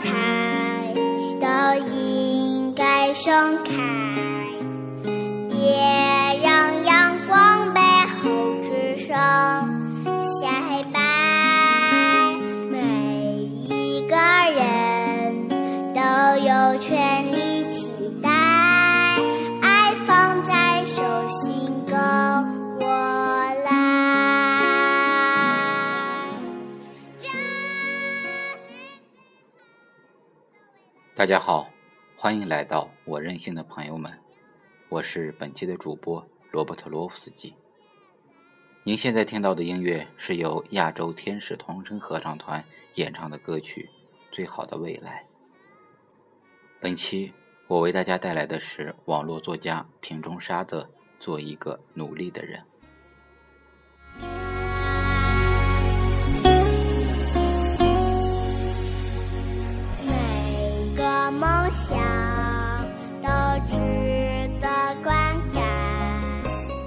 开，都应该盛开，别让阳光背后只剩下黑白。每一个人都有权利期待，爱放在手心跟我来。 大家好，欢迎来到我任性的朋友们，我是本期的主播罗伯特·罗夫斯基。您现在听到的音乐是由亚洲天使童声合唱团演唱的歌曲《最好的未来》。本期我为大家带来的是网络作家瓶中沙的《做一个努力的人》。 每个梦想都值得观看。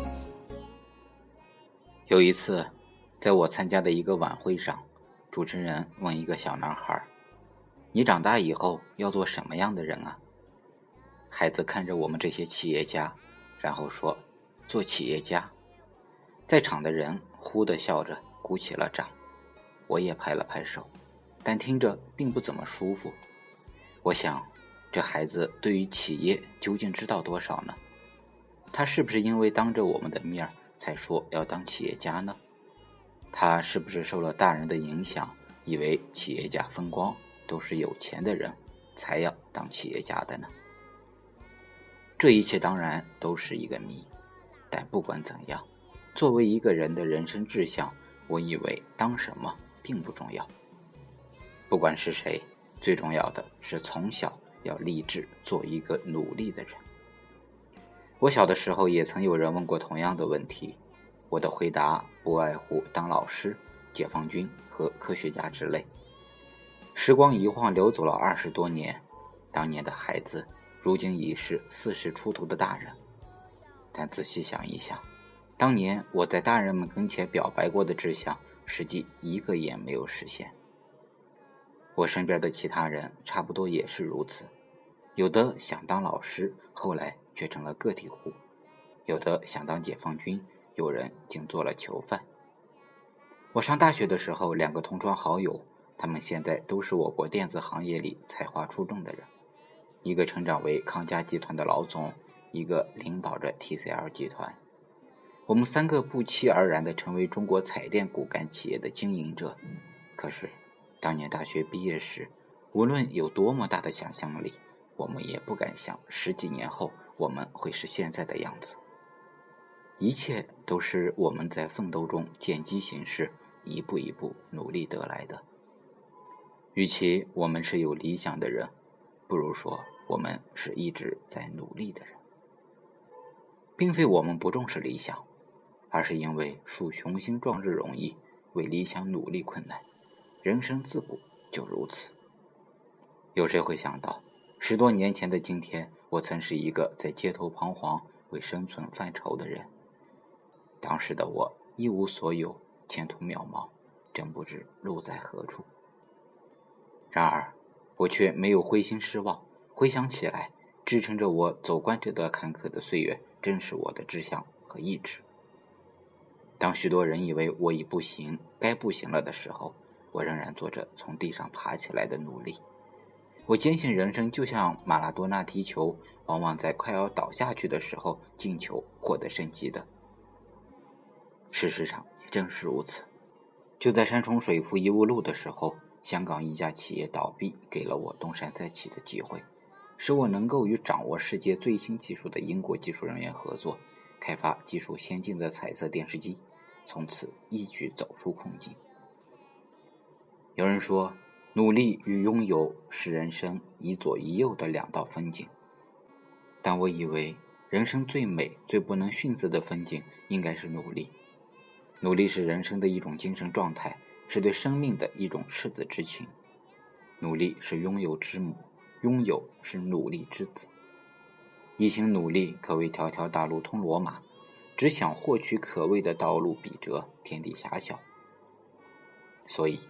有一次，在我参加的一个晚会上，主持人问一个小男孩：“你长大以后要做什么样的人啊？”孩子看着我们这些企业家，然后说：“做企业家。”在场的人呼地笑着鼓起了掌，我也拍了拍手，但听着并不怎么舒服。我想，这孩子对于企业究竟知道多少呢？他是不是因为当着我们的面才说要当企业家呢？他是不是受了大人的影响，以为企业家风光都是有钱的人才要当企业家的呢？这一切当然都是一个谜，但不管怎样，作为一个人的人生志向，我以为当什么并不重要。不管是谁，最重要的是从小要立志做一个努力的人。我小的时候也曾有人问过同样的问题，我的回答不外乎当老师、解放军和科学家之类。时光一晃流走了20多年，当年的孩子如今已是40出头的大人。但仔细想一想，当年我在大人们跟前表白过的志向，实际一个也没有实现。我身边的其他人差不多也是如此，有的想当老师，后来却成了个体户；有的想当解放军，有人竟做了囚犯。我上大学的时候，2个同窗好友，他们现在都是我国电子行业里才华出众的人，一个成长为康佳集团的老总，一个领导着 TCL 集团。我们3个不期而然地成为中国彩电骨干企业的经营者。可是当年大学毕业时，无论有多么大的想象力，我们也不敢想10几年后我们会是现在的样子。一切都是我们在奋斗中见机行事，一步一步努力得来的。与其我们是有理想的人，不如说我们是一直在努力的人。并非我们不重视理想，而是因为树雄心壮志容易，为理想努力困难。人生自古就如此。有谁会想到10多年前的今天，我曾是一个在街头彷徨为生存犯愁的人。当时的我一无所有，前途渺茫，真不知路在何处。然而我却没有灰心失望，回想起来，支撑着我走惯这段坎坷的岁月，正是我的志向和意志。当许多人以为我已不行，该不行了的时候，我仍然做着从地上爬起来的努力。我坚信人生就像马拉多纳踢球，往往在快要倒下去的时候进球，获得胜机的。事实上也正是如此。就在山重水复疑无路的时候，香港一家企业倒闭，给了我东山再起的机会，使我能够与掌握世界最新技术的英国技术人员合作，开发技术先进的彩色电视机，从此一举走出困境。有人说，努力与拥有是人生一左一右的2道风景，但我以为人生最美最不能逊色的风景应该是努力。努力是人生的一种精神状态，是对生命的一种赤子之情。努力是拥有之母，拥有是努力之子。一心努力可谓条条大路通罗马，只想获取可畏的道路笔折，天地狭小。所以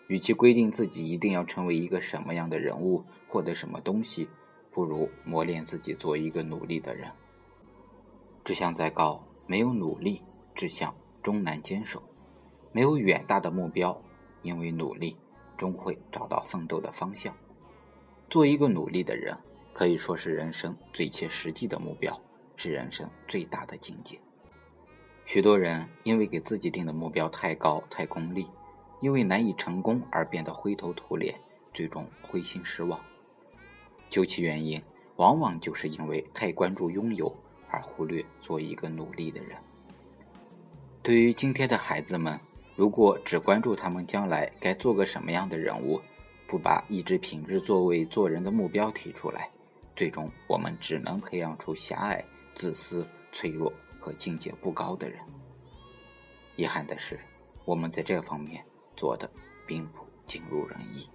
与其规定自己一定要成为一个什么样的人物，获得什么东西，不如磨练自己做一个努力的人。志向再高，没有努力，志向终难坚守。没有远大的目标，因为努力终会找到奋斗的方向。做一个努力的人，可以说是人生最切实际的目标，是人生最大的境界。许多人因为给自己定的目标太高太功利，因为难以成功而变得灰头土脸，最终灰心失望。究其原因，往往就是因为太关注拥有，而忽略做一个努力的人。对于今天的孩子们，如果只关注他们将来该做个什么样的人物，不把意志品质作为做人的目标提出来，最终我们只能培养出狭隘、自私、脆弱和境界不高的人。遗憾的是，我们在这方面做的并不尽如人意。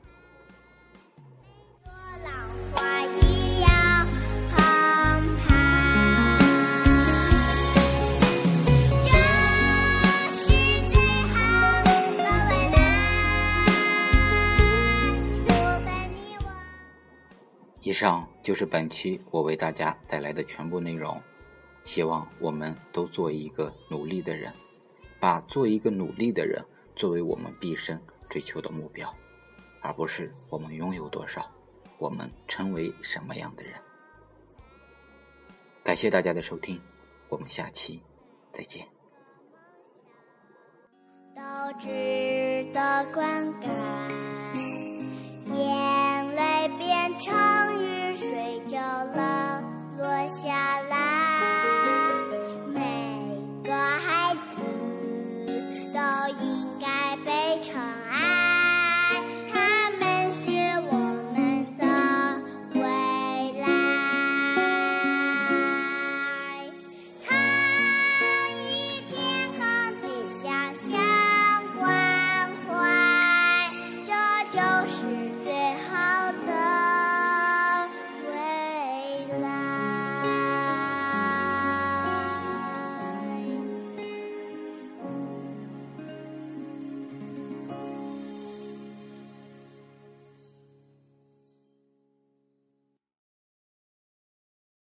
以上就是本期我为大家带来的全部内容，希望我们都做一个努力的人，把做一个努力的人作为我们毕生追求的目标，而不是我们拥有多少，我们成为什么样的人。感谢大家的收听，我们下期再见。 都值得观感，眼